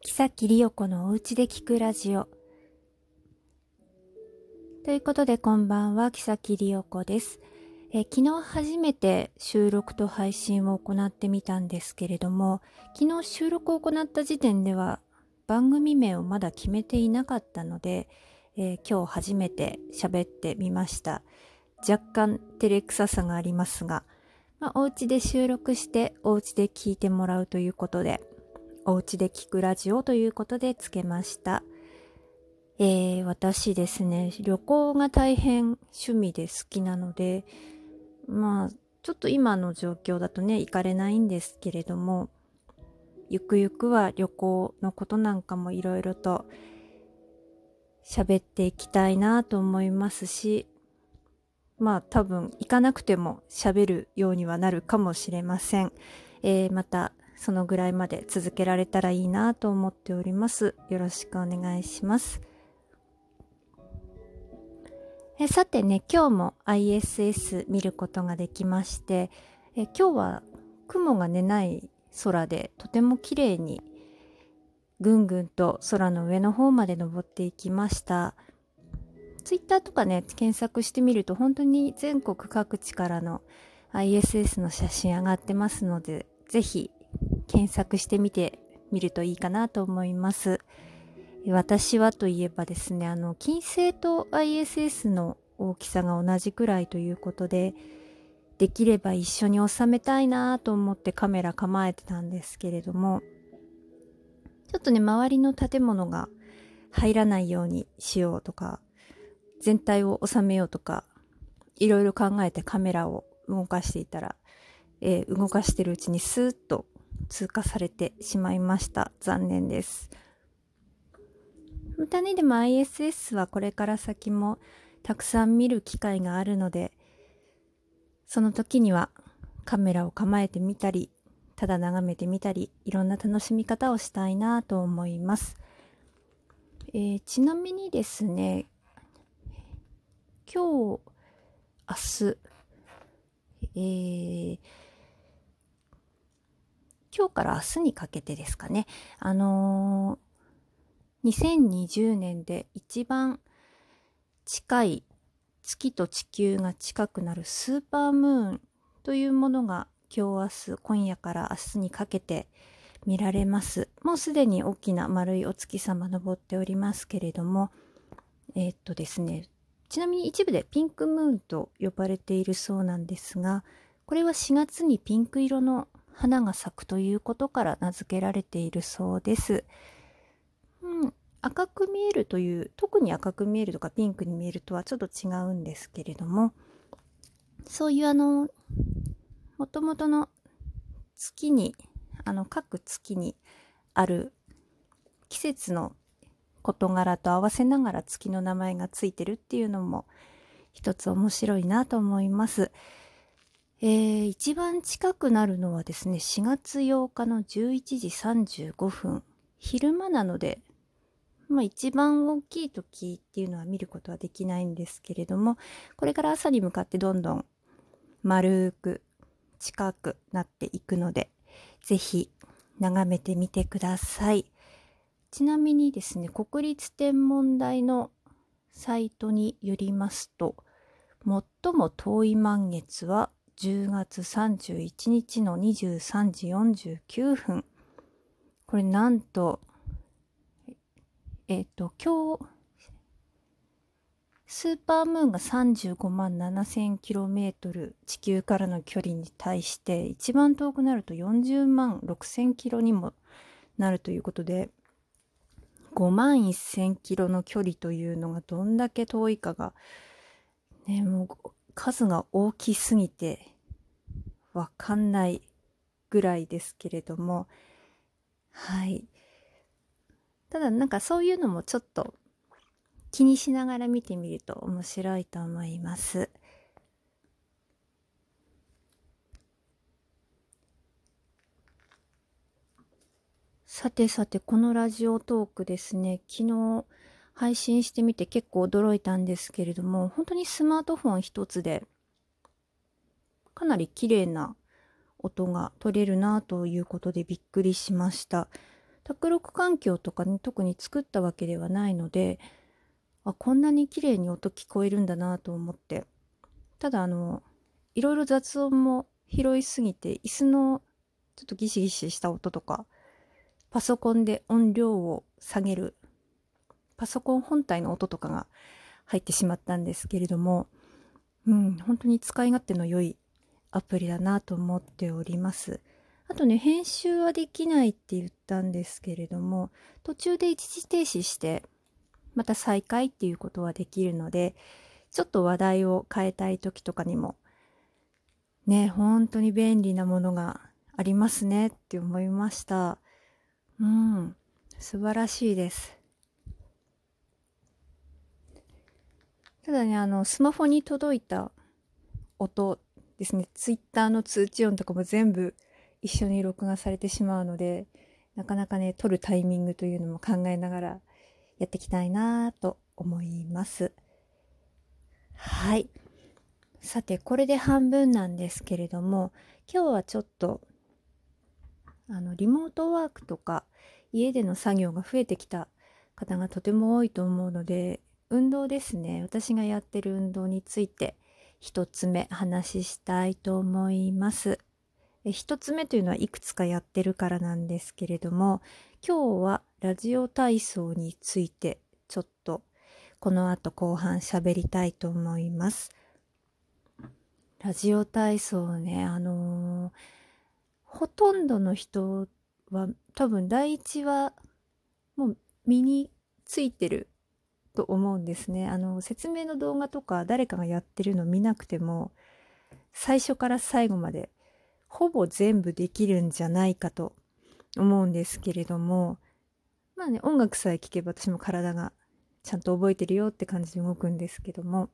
木崎里代子のおうちで聞くラジオということで、こんばんは、木崎里代子です。昨日初めて収録と配信を行ってみたんですけれども、昨日収録を行った時点では番組名をまだ決めていなかったので、今日初めて喋ってみました。若干照れくささがありますが、お家で収録してお家で聞いてもらうということで、お家で聞くラジオということでつけました。私ですね、旅行が大変趣味で好きなので、ちょっと今の状況だとね、行かれないんですけれども、ゆくゆくは旅行のことなんかもいろいろと喋っていきたいなと思いますし、多分行かなくても喋るようにはなるかもしれません。またそのぐらいまで続けられたらいいなと思っております。よろしくお願いします。さてね、今日も ISS 見ることができまして、今日は雲がねない空でとても綺麗にぐんぐんと空の上の方まで登っていきました。ツイッターとかね、検索してみると本当に全国各地からの ISS の写真上がってますので、ぜひ検索してみてみるといいかなと思います。私はといえばですね、金星と ISS の大きさが同じくらいということで、できれば一緒に収めたいなと思ってカメラ構えてたんですけれども、ちょっとね、周りの建物が入らないようにしようとか、全体を収めようとか、いろいろ考えてカメラを動かしていたら、動かしてるうちにスーッと通過されてしまいました。残念です。またね、でも ISS はこれから先もたくさん見る機会があるので、その時にはカメラを構えてみたり、ただ眺めてみたり、いろんな楽しみ方をしたいなと思います。ちなみにですね、今日、明日、今日から明日にかけてですかね、2020年で一番近い月と地球が近くなるスーパームーンというものが今日今夜から明日にかけて見られます。もうすでに大きな丸いお月様昇っておりますけれども、ですね、ちなみに一部でピンクムーンと呼ばれているそうなんですが、これは4月にピンク色の花が咲くということから名付けられているそうです。赤く見えるという、特に赤く見えるとかピンクに見えるとはちょっと違うんですけれども、そういうもともとの月に、各月にある季節の事柄と合わせながら月の名前がついてるっていうのも一つ面白いなと思います。一番近くなるのはですね、4月8日の11時35分。昼間なので、一番大きい時っていうのは見ることはできないんですけれども、これから朝に向かってどんどん丸く近くなっていくので、ぜひ眺めてみてください。ちなみにですね、国立天文台のサイトによりますと、最も遠い満月は10月31日の23時49分。これなんと、今日、スーパームーンが35万7000キロメートル地球からの距離に対して、一番遠くなると40万6000キロにもなるということで、5万1000キロの距離というのがどんだけ遠いかが、ね、もう数が大きすぎてわかんないぐらいですけれども、はい。ただなんかそういうのもちょっと気にしながら見てみると面白いと思います。さてさて、このラジオトークですね、昨日配信してみて結構驚いたんですけれども、本当にスマートフォン一つでかなり綺麗な音が取れるなということでびっくりしました。 卓録環境とかね、特に作ったわけではないので、こんなに綺麗に音聞こえるんだなと思って。ただいろいろ雑音も拾いすぎて、椅子のちょっとギシギシした音とか、パソコンで音量を下げる、パソコン本体の音とかが入ってしまったんですけれども、本当に使い勝手の良いアプリだなと思っております。あとね、編集はできないって言ったんですけれども、途中で一時停止して、また再開っていうことはできるので、ちょっと話題を変えたい時とかにも、ね、本当に便利なものがありますねって思いました。素晴らしいです。ただね、スマホに届いた音ですね、ツイッターの通知音とかも全部一緒に録画されてしまうので、なかなかね、撮るタイミングというのも考えながらやっていきたいなと思います。はい。さて、これで半分なんですけれども、今日はちょっと、リモートワークとか、家での作業が増えてきた方がとても多いと思うので、運動ですね。私がやってる運動について、一つ目話したいと思います。一つ目というのはいくつかやってるからなんですけれども、今日はラジオ体操についてちょっとこの後後半喋りたいと思います。ラジオ体操ね、ほとんどの人は多分第一はもう身についてると思うんですね。説明の動画とか誰かがやってるの見なくても最初から最後までほぼ全部できるんじゃないかと思うんですけれども、まあね、音楽さえ聴けば私も体がちゃんと覚えてるよって感じで動くんですけども、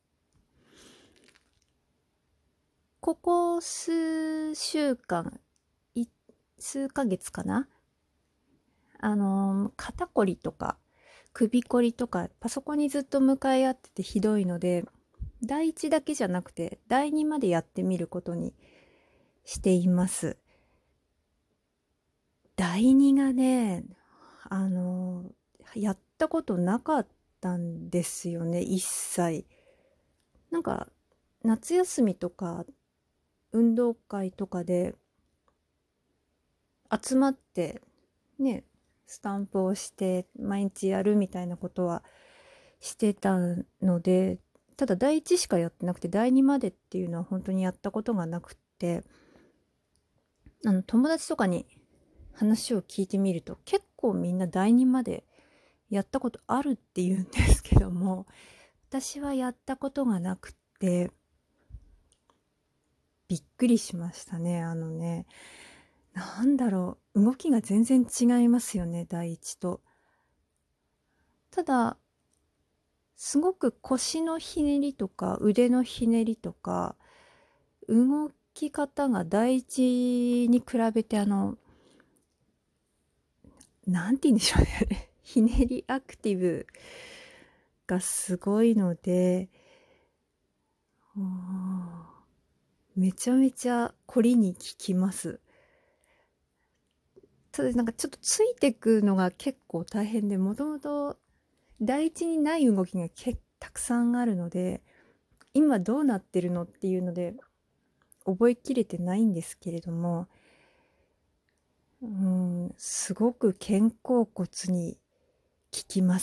ここ数週間、数ヶ月かな、肩こりとか首こりとかパソコンにずっと向かい合っててひどいので、第一だけじゃなくて第二までやってみることにしています。第二がね、やったことなかったんですよね、一切。なんか夏休みとか運動会とかで集まってね、スタンプをして毎日やるみたいなことはしてたので、ただ第一しかやってなくて第二までっていうのは本当にやったことがなくって、友達とかに話を聞いてみると結構みんな第二までやったことあるって言うんですけども、私はやったことがなくってびっくりしましたね。なんだろう、動きが全然違いますよね、第一と。ただすごく腰のひねりとか腕のひねりとか動き方が第一に比べてなんて言うんでしょうねひねりアクティブがすごいので、めちゃめちゃ凝りに効きます。ただなんかちょっとついてくのが結構大変で、もともと第一にない動きがたくさんあるので、今どうなってるのっていうので覚えきれてないんですけれども、すごく肩甲骨に効きます。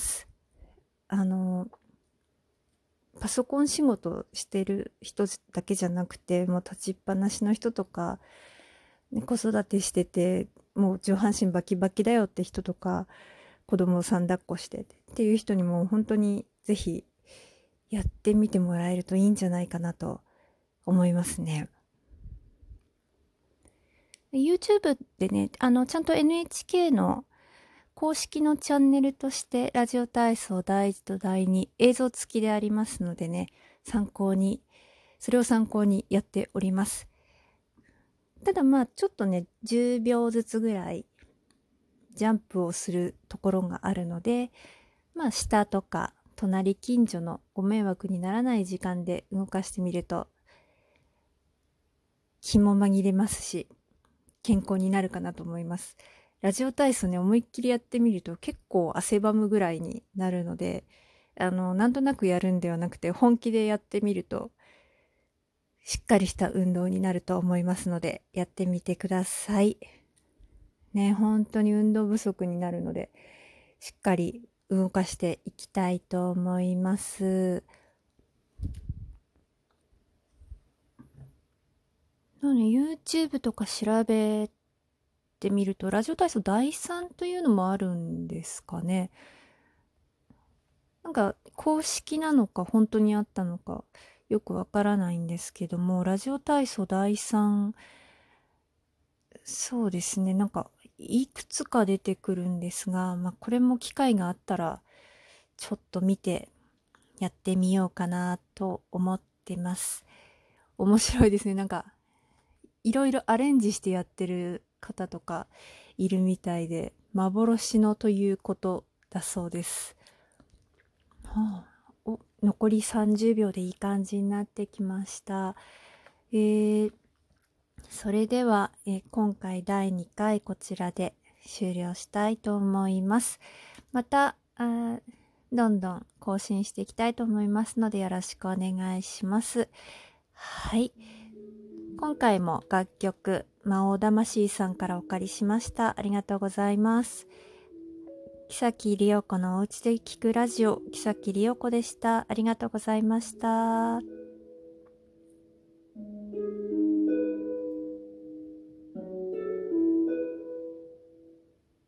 パソコン仕事してる人だけじゃなくて、もう立ちっぱなしの人とか、ね、子育てしててもう上半身バキバキだよって人とか、子供さん抱っこしてっていう人にも本当にぜひやってみてもらえるといいんじゃないかなと思いますね。YouTube でね、ちゃんと NHK の公式のチャンネルとしてラジオ体操第1と第2映像付きでありますのでね、それを参考にやっております。ただまあちょっとね、10秒ずつぐらいジャンプをするところがあるので、まあ下とか隣近所のご迷惑にならない時間で動かしてみると気も紛れますし健康になるかなと思います。 ラジオ体操ね、思いっきりやってみると結構汗ばむぐらいになるので、なんとなくやるんではなくて、本気でやってみると、しっかりした運動になると思いますので、やってみてください。ね、本当に運動不足になるので、しっかり動かしていきたいと思います。YouTube とか調べてみると、ラジオ体操第3というのもあるんですかね。なんか公式なのか本当にあったのかよくわからないんですけども、ラジオ体操第3、そうですね、なんかいくつか出てくるんですが、これも機会があったらちょっと見てやってみようかなと思ってます。面白いですね。なんかいろいろアレンジしてやってる方とかいるみたいで、幻のということだそうです。はあ、残り30秒でいい感じになってきました。それでは、今回第2回こちらで終了したいと思います。また、どんどん更新していきたいと思いますのでよろしくお願いします。はい。今回も楽曲、魔王魂さんからお借りしました。ありがとうございます。木崎里代子のおうちで聞くラジオ、木崎里代子でした。ありがとうございました。